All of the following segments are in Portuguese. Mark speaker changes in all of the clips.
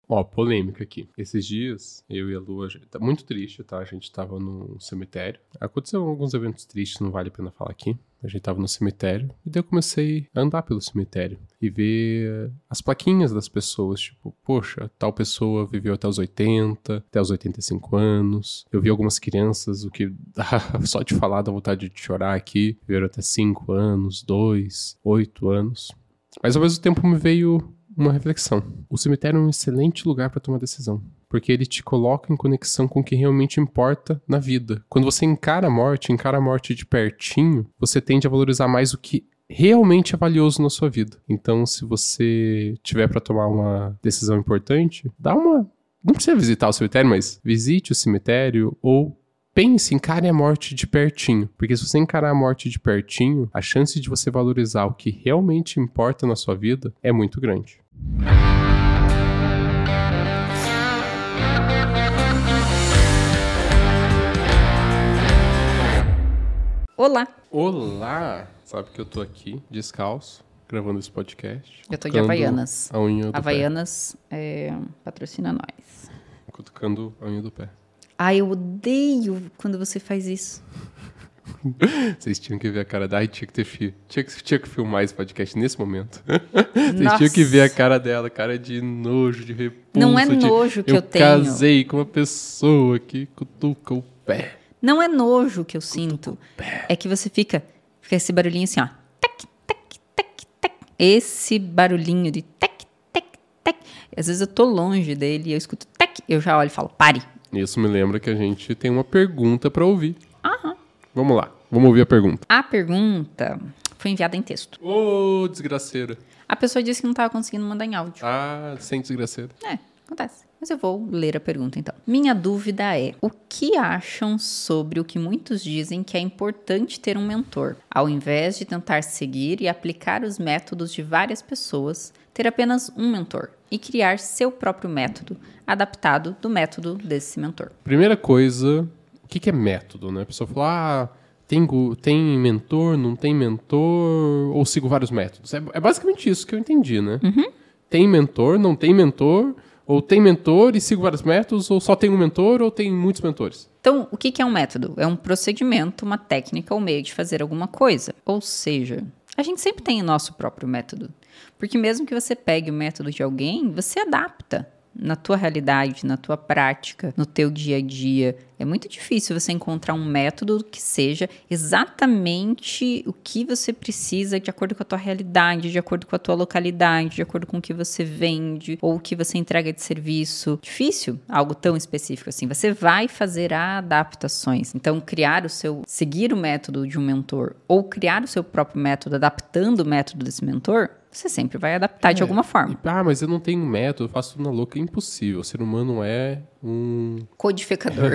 Speaker 1: Ó, polêmica aqui. Esses dias, eu e a Lu, a gente tá muito triste, tá? A gente tava num cemitério. Aconteceram alguns eventos tristes, não vale a pena falar aqui. A gente tava no cemitério, e daí eu comecei a andar pelo cemitério e ver as plaquinhas das pessoas, tipo, poxa, tal pessoa viveu até os 80, até os 85 anos. Eu vi algumas crianças, o que só de falar dá vontade de chorar aqui, viveram até 5 anos, 2, 8 anos. Mas ao mesmo tempo me veio uma reflexão. O cemitério é um excelente lugar para tomar decisão, porque ele te coloca em conexão com o que realmente importa na vida. Quando você encara a morte de pertinho, você tende a valorizar mais o que realmente é valioso na sua vida. Então, se você tiver para tomar uma decisão importante, não precisa visitar o cemitério, mas visite o cemitério ou pense, encare a morte de pertinho. Porque se você encarar a morte de pertinho, a chance de você valorizar o que realmente importa na sua vida é muito grande.
Speaker 2: Olá!
Speaker 1: Olá! Sabe que eu tô aqui, descalço, gravando esse podcast.
Speaker 2: Eu tô de Havaianas.
Speaker 1: A unha do
Speaker 2: Havaianas patrocina nós.
Speaker 1: Cutucando a unha do pé.
Speaker 2: Ai, eu odeio quando você faz isso.
Speaker 1: Vocês tinham que ver a cara da... Ai, tinha que ter fio. Tinha que filmar esse podcast nesse momento. Vocês tinham que ver a cara dela, cara de nojo, de repulso.
Speaker 2: Não é nojo que eu tenho.
Speaker 1: Eu casei com uma pessoa que cutuca o pé.
Speaker 2: Não é nojo que eu sinto. É que você fica esse barulhinho assim, ó. Tec, tec, tec, tec. Esse barulhinho de tec, tec, tec. Às vezes eu tô longe dele e eu escuto tec. Eu já olho e falo, pare.
Speaker 1: Isso me lembra que a gente tem uma pergunta pra ouvir.
Speaker 2: Aham.
Speaker 1: Vamos lá, vamos ouvir a pergunta.
Speaker 2: A pergunta foi enviada em texto.
Speaker 1: Ô, desgraceira.
Speaker 2: A pessoa disse que não estava conseguindo mandar em áudio.
Speaker 1: Ah, sem desgraceira.
Speaker 2: Acontece. Mas eu vou ler a pergunta então. Minha dúvida é: o que acham sobre o que muitos dizem que é importante ter um mentor? Ao invés de tentar seguir e aplicar os métodos de várias pessoas, ter apenas um mentor e criar seu próprio método, adaptado do método desse mentor.
Speaker 1: Primeira coisa, o que é método, né? A pessoa fala, tem mentor, não tem mentor, ou sigo vários métodos. É basicamente isso que eu entendi, né?
Speaker 2: Uhum.
Speaker 1: Tem mentor, não tem mentor, ou tem mentor e sigo vários métodos, ou só tem um mentor, ou tem muitos mentores.
Speaker 2: Então, o que é um método? É um procedimento, uma técnica ou meio de fazer alguma coisa. Ou seja, a gente sempre tem o nosso próprio método. Porque mesmo que você pegue o método de alguém, você adapta na tua realidade, na tua prática, no teu dia a dia. É muito difícil você encontrar um método que seja exatamente o que você precisa de acordo com a tua realidade, de acordo com a tua localidade, de acordo com o que você vende ou o que você entrega de serviço. Difícil algo tão específico assim. Você vai fazer adaptações. Então, seguir o método de um mentor ou criar o seu próprio método, adaptando o método desse mentor, você sempre vai adaptar de alguma forma.
Speaker 1: Mas eu não tenho um método, eu faço tudo na louca. É impossível. O ser humano é um...
Speaker 2: codificador.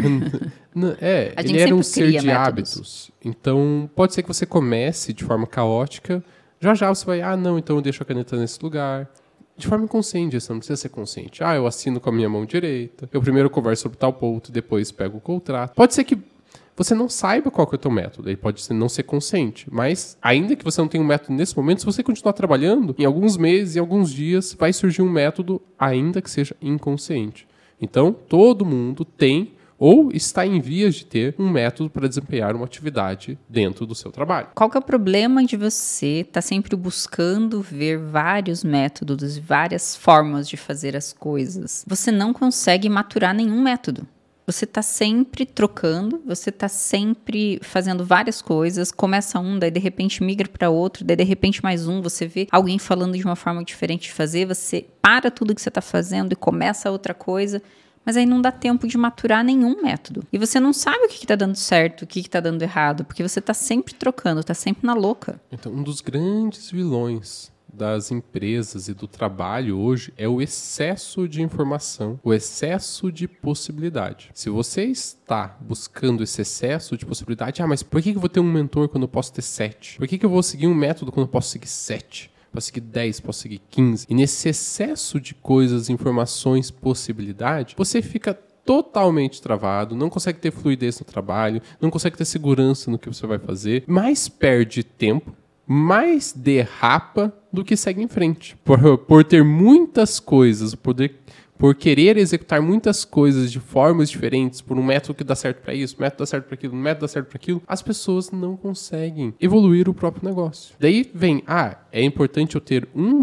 Speaker 1: Ele era um ser de hábitos. Então, pode ser que você comece de forma caótica. Já você vai, então eu deixo a caneta nesse lugar. De forma inconsciente, você não precisa ser consciente. Eu assino com a minha mão direita. Eu primeiro converso sobre tal ponto, depois pego o contrato. Pode ser que você não saiba qual que é o teu método, ele pode não ser consciente, mas ainda que você não tenha um método nesse momento, se você continuar trabalhando, em alguns meses, em alguns dias, vai surgir um método, ainda que seja inconsciente. Então, todo mundo tem ou está em vias de ter um método para desempenhar uma atividade dentro do seu trabalho.
Speaker 2: Qual que é o problema de você estar sempre buscando ver vários métodos, várias formas de fazer as coisas? Você não consegue maturar nenhum método. Você está sempre trocando, você está sempre fazendo várias coisas, começa um, daí de repente migra para outro, daí de repente mais um, você vê alguém falando de uma forma diferente de fazer, você para tudo que você está fazendo e começa outra coisa, mas aí não dá tempo de maturar nenhum método. E você não sabe o que está dando certo, o que está dando errado, porque você está sempre trocando, está sempre na louca.
Speaker 1: Então, um dos grandes vilões das empresas e do trabalho hoje é o excesso de informação, o excesso de possibilidade. Se você está buscando esse excesso de possibilidade, mas por que eu vou ter um mentor quando eu posso ter 7? Por que eu vou seguir um método quando eu posso seguir 7? Posso seguir 10, posso seguir 15? E nesse excesso de coisas, informações, possibilidade, você fica totalmente travado, não consegue ter fluidez no trabalho, não consegue ter segurança no que você vai fazer, mais perde tempo, mais derrapa do que segue em frente. Por ter muitas coisas, por querer executar muitas coisas de formas diferentes, por um método que dá certo para isso, método dá certo para aquilo, método dá certo para aquilo, as pessoas não conseguem evoluir o próprio negócio. Daí vem, é importante eu ter um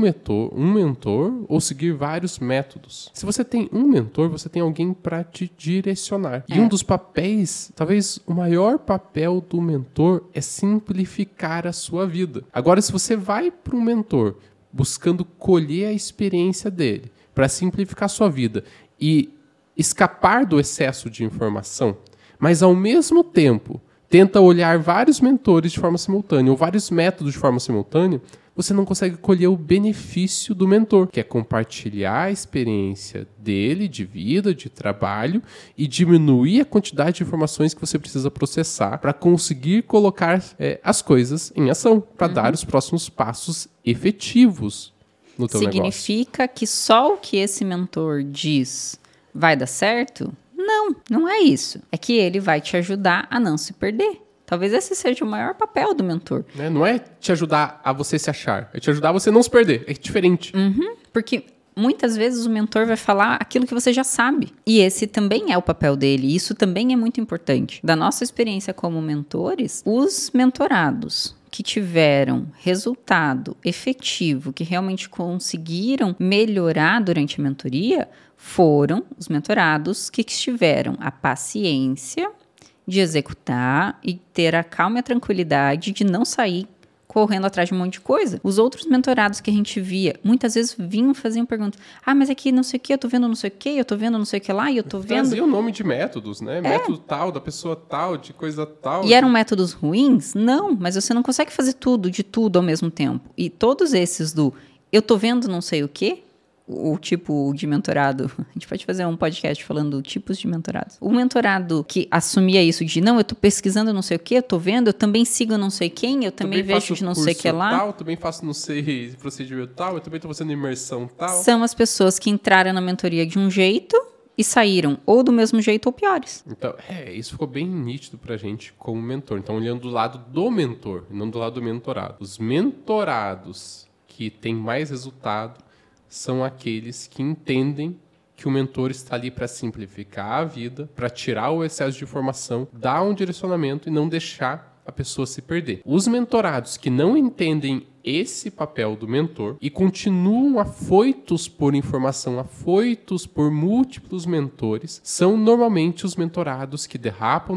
Speaker 1: mentor ou seguir vários métodos. Se você tem um mentor, você tem alguém para te direcionar. E um dos papéis, talvez o maior papel do mentor é simplificar a sua vida. Agora, se você vai para um mentor buscando colher a experiência dele, para simplificar a sua vida e escapar do excesso de informação, mas ao mesmo tempo tenta olhar vários mentores de forma simultânea ou vários métodos de forma simultânea, você não consegue colher o benefício do mentor, que é compartilhar a experiência dele, de vida, de trabalho, e diminuir a quantidade de informações que você precisa processar para conseguir colocar as coisas em ação, para dar os próximos passos efetivos no teu negócio.
Speaker 2: Significa que só o que esse mentor diz vai dar certo? Não é isso. É que ele vai te ajudar a não se perder. Talvez esse seja o maior papel do mentor.
Speaker 1: Não é te ajudar a você se achar, é te ajudar a você não se perder. É diferente.
Speaker 2: Porque muitas vezes o mentor vai falar aquilo que você já sabe. E esse também é o papel dele. Isso também é muito importante. Da nossa experiência como mentores, os mentorados que tiveram resultado efetivo, que realmente conseguiram melhorar durante a mentoria, foram os mentorados que tiveram a paciência de executar e ter a calma e a tranquilidade de não sair correndo atrás de um monte de coisa. Os outros mentorados que a gente via, muitas vezes vinham, faziam perguntas. Mas aqui não sei o que, eu tô vendo não sei o que, eu tô vendo não sei o que lá, e eu tô vendo...
Speaker 1: Trazia o nome de métodos, né? Método tal, da pessoa tal, de coisa tal.
Speaker 2: E eram métodos ruins? Não, mas você não consegue fazer tudo, de tudo ao mesmo tempo. E todos esses eu tô vendo não sei o que, o tipo de mentorado, a gente pode fazer um podcast falando tipos de mentorados. O mentorado que assumia isso de, não, eu tô pesquisando não sei o que, eu tô vendo, eu também sigo não sei quem, eu também vejo de não sei o que lá.
Speaker 1: Tal, também faço não sei procedimento tal, eu também tô fazendo imersão tal.
Speaker 2: São as pessoas que entraram na mentoria de um jeito e saíram ou do mesmo jeito ou piores.
Speaker 1: Então, isso ficou bem nítido pra gente como mentor. Então, olhando do lado do mentor, não do lado do mentorado. Os mentorados que têm mais resultado são aqueles que entendem que o mentor está ali para simplificar a vida, para tirar o excesso de informação, dar um direcionamento e não deixar a pessoa se perder. Os mentorados que não entendem esse papel do mentor e continuam afoitos por informação, afoitos por múltiplos mentores, são normalmente os mentorados que derrapam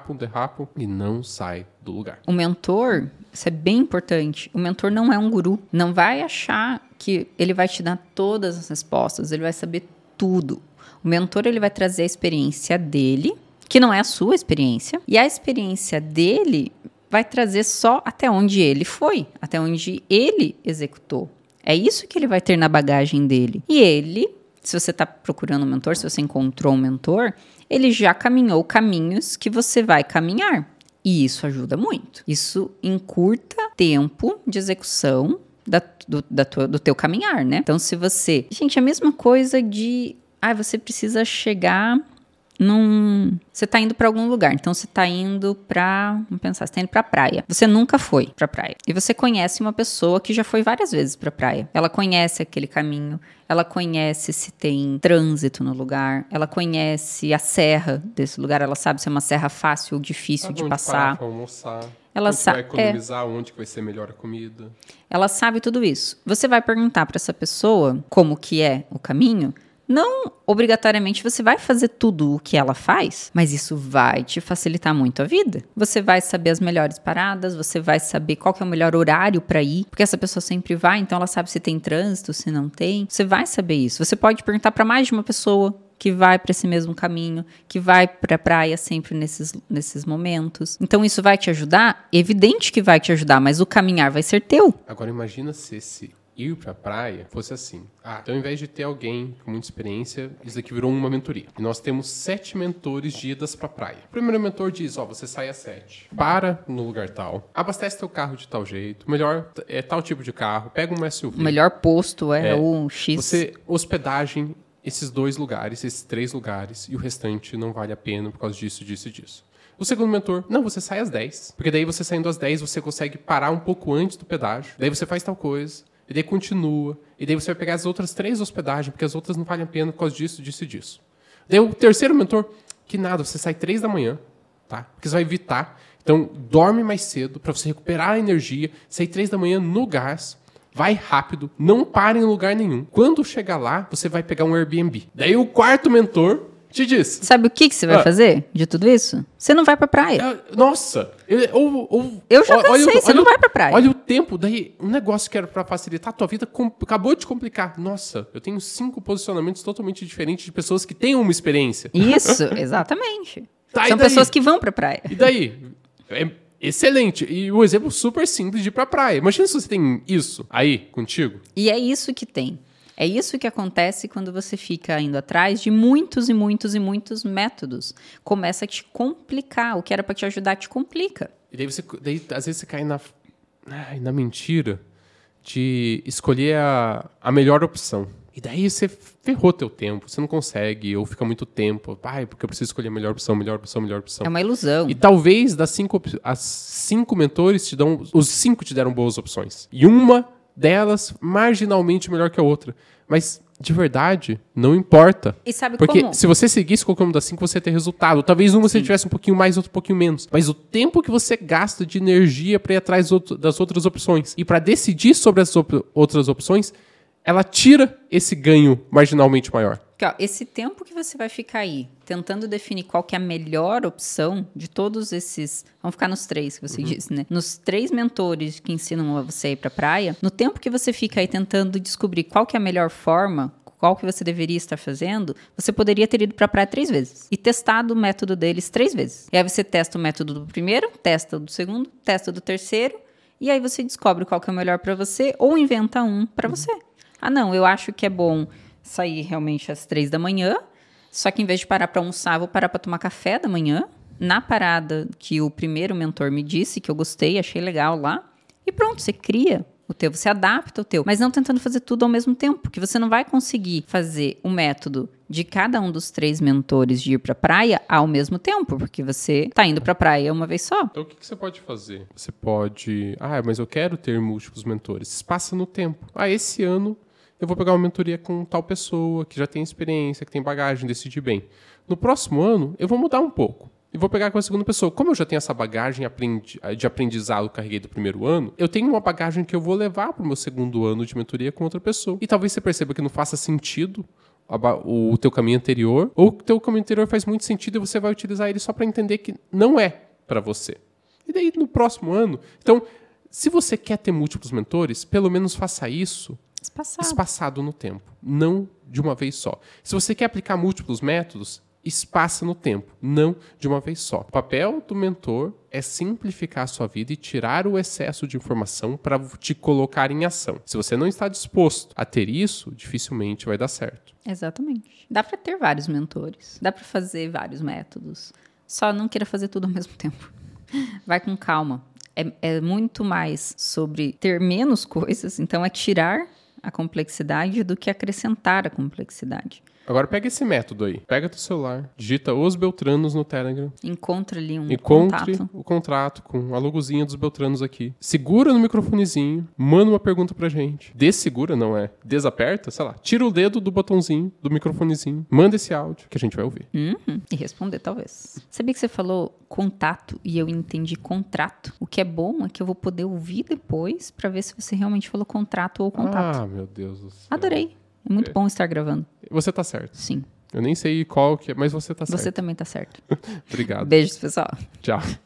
Speaker 1: e não saem do lugar.
Speaker 2: O mentor, isso é bem importante, o mentor não é um guru. Não vai achar que ele vai te dar todas as respostas, ele vai saber tudo. O mentor, ele vai trazer a experiência dele, que não é a sua experiência, e a experiência dele vai trazer só até onde ele foi, até onde ele executou. É isso que ele vai ter na bagagem dele. E ele, se você está procurando um mentor, se você encontrou um mentor, ele já caminhou caminhos que você vai caminhar. E isso ajuda muito. Isso encurta tempo de execução do teu caminhar, né? Então, se você... Gente, a mesma coisa de... você precisa chegar Você tá indo pra algum lugar, então você tá indo pra... Vamos pensar, você tá indo pra praia. Você nunca foi pra praia. E você conhece uma pessoa que já foi várias vezes pra praia. Ela conhece aquele caminho, ela conhece se tem trânsito no lugar, ela conhece a serra desse lugar, ela sabe se é uma serra fácil ou difícil de passar.
Speaker 1: Pra almoçar.
Speaker 2: Ela
Speaker 1: vai economizar, onde que vai ser melhor a comida.
Speaker 2: Ela sabe tudo isso. Você vai perguntar pra essa pessoa como que é o caminho. Não obrigatoriamente você vai fazer tudo o que ela faz, mas isso vai te facilitar muito a vida. Você vai saber as melhores paradas, você vai saber qual que é o melhor horário para ir, porque essa pessoa sempre vai, então ela sabe se tem trânsito, se não tem. Você vai saber isso. Você pode perguntar para mais de uma pessoa que vai para esse mesmo caminho, que vai para a praia sempre nesses momentos. Então isso vai te ajudar? Evidente que vai te ajudar, mas o caminhar vai ser teu.
Speaker 1: Agora imagina se ir pra praia fosse assim. Então ao invés de ter alguém com muita experiência, isso aqui virou uma mentoria. E nós temos 7 mentores de idas pra praia. O primeiro mentor diz, você sai às 7. Para no lugar tal. Abastece teu carro de tal jeito. Melhor é tal tipo de carro. Pega um SUV.
Speaker 2: O melhor posto é o X.
Speaker 1: Você hospedagem esses 2 lugares, esses 3 lugares, e o restante não vale a pena por causa disso, disso e disso. O segundo mentor, não, você sai às 10. Porque daí você saindo às 10, você consegue parar um pouco antes do pedágio. Daí você faz tal coisa. E daí continua. E daí você vai pegar as outras 3 hospedagens, porque as outras não valem a pena por causa disso, disso e disso. Daí o terceiro mentor, que nada, você sai 3 da manhã, tá? Porque você vai evitar. Então, dorme mais cedo para você recuperar a energia. Sai 3 da manhã no gás. Vai rápido, não pare em lugar nenhum. Quando chegar lá, você vai pegar um Airbnb. Daí o quarto mentor te diz...
Speaker 2: Sabe o que você vai fazer de tudo isso? Você não vai pra praia.
Speaker 1: Nossa!
Speaker 2: Eu já cansei, você não vai pra praia.
Speaker 1: Olha o tempo, daí um negócio que era pra facilitar a tua vida acabou de complicar. Nossa, eu tenho 5 posicionamentos totalmente diferentes de pessoas que têm uma experiência.
Speaker 2: Isso, exatamente.
Speaker 1: Tá,
Speaker 2: São pessoas que vão pra praia.
Speaker 1: E daí? Excelente. E um exemplo super simples de ir pra praia. Imagina se você tem isso aí contigo.
Speaker 2: E é isso que tem. É isso que acontece quando você fica indo atrás de muitos e muitos e muitos métodos. Começa a te complicar. O que era pra te ajudar te complica.
Speaker 1: E daí às vezes você cai na mentira de escolher a melhor opção. E daí você ferrou teu tempo. Você não consegue, ou fica muito tempo. Porque eu preciso escolher a melhor opção, melhor opção, melhor opção.
Speaker 2: É uma ilusão.
Speaker 1: E talvez as 5 mentores os 5 te deram boas opções. E uma delas marginalmente melhor que a outra. Mas, de verdade, não importa.
Speaker 2: E sabe
Speaker 1: porque
Speaker 2: como?
Speaker 1: se você seguisse qualquer uma das 5, você ia ter resultado. Talvez uma você tivesse um pouquinho mais, outro um pouquinho menos. Mas o tempo que você gasta de energia para ir atrás das outras opções e para decidir sobre as outras opções, ela tira esse ganho marginalmente maior.
Speaker 2: Porque, ó, esse tempo que você vai ficar aí tentando definir qual que é a melhor opção de todos esses... Vamos ficar nos 3 que você disse, né? Nos 3 mentores que ensinam a você a ir pra praia, no tempo que você fica aí tentando descobrir qual que é a melhor forma, qual que você deveria estar fazendo, você poderia ter ido pra praia 3 vezes e testado o método deles 3 vezes. E aí você testa o método do primeiro, testa o do segundo, testa o do terceiro, e aí você descobre qual que é o melhor pra você ou inventa um pra você. Ah, não, eu acho que é bom sair realmente às 3 da manhã, só que em vez de parar para almoçar, vou parar para tomar café da manhã, na parada que o primeiro mentor me disse, que eu gostei, achei legal lá, e pronto, você cria o teu, você adapta o teu, mas não tentando fazer tudo ao mesmo tempo, porque você não vai conseguir fazer o método de cada um dos 3 mentores de ir para praia ao mesmo tempo, porque você tá indo para praia uma vez só.
Speaker 1: Então, o que você pode fazer? Você pode... mas eu quero ter múltiplos mentores. Espaça no tempo. Esse ano eu vou pegar uma mentoria com tal pessoa que já tem experiência, que tem bagagem, decidi bem. No próximo ano, eu vou mudar um pouco. E vou pegar com a segunda pessoa. Como eu já tenho essa bagagem de aprendizado que carreguei do primeiro ano, eu tenho uma bagagem que eu vou levar para o meu segundo ano de mentoria com outra pessoa. E talvez você perceba que não faça sentido o teu caminho anterior, ou que o teu caminho anterior faz muito sentido e você vai utilizar ele só para entender que não é para você. E daí, no próximo ano... Então, se você quer ter múltiplos mentores, pelo menos faça isso espaçado no tempo, não de uma vez só. Se você quer aplicar múltiplos métodos, espaça no tempo, não de uma vez só. O papel do mentor é simplificar a sua vida e tirar o excesso de informação para te colocar em ação. Se você não está disposto a ter isso, dificilmente vai dar certo.
Speaker 2: Exatamente. Dá para ter vários mentores, dá para fazer vários métodos, só não queira fazer tudo ao mesmo tempo. Vai com calma. É muito mais sobre ter menos coisas, então é tirar a complexidade do que acrescentar a complexidade.
Speaker 1: Agora pega esse método aí. Pega teu celular, digita Os Beltranos no Telegram.
Speaker 2: Encontra ali
Speaker 1: Encontre
Speaker 2: contato.
Speaker 1: o contrato com a logozinha dos Beltranos aqui. Segura no microfonezinho, manda uma pergunta pra gente. Dessegura, não é? Desaperta, sei lá. Tira o dedo do botãozinho, do microfonezinho. Manda esse áudio que a gente vai ouvir.
Speaker 2: E responder, talvez. Sabia que você falou contato e eu entendi contrato? O que é bom é que eu vou poder ouvir depois pra ver se você realmente falou contrato ou contato.
Speaker 1: Meu Deus do céu.
Speaker 2: Adorei. É muito bom estar gravando.
Speaker 1: Você tá certo.
Speaker 2: Sim.
Speaker 1: Eu nem sei qual que é, mas você tá certo.
Speaker 2: Você também tá certo.
Speaker 1: Obrigado.
Speaker 2: Beijos, pessoal.
Speaker 1: Tchau.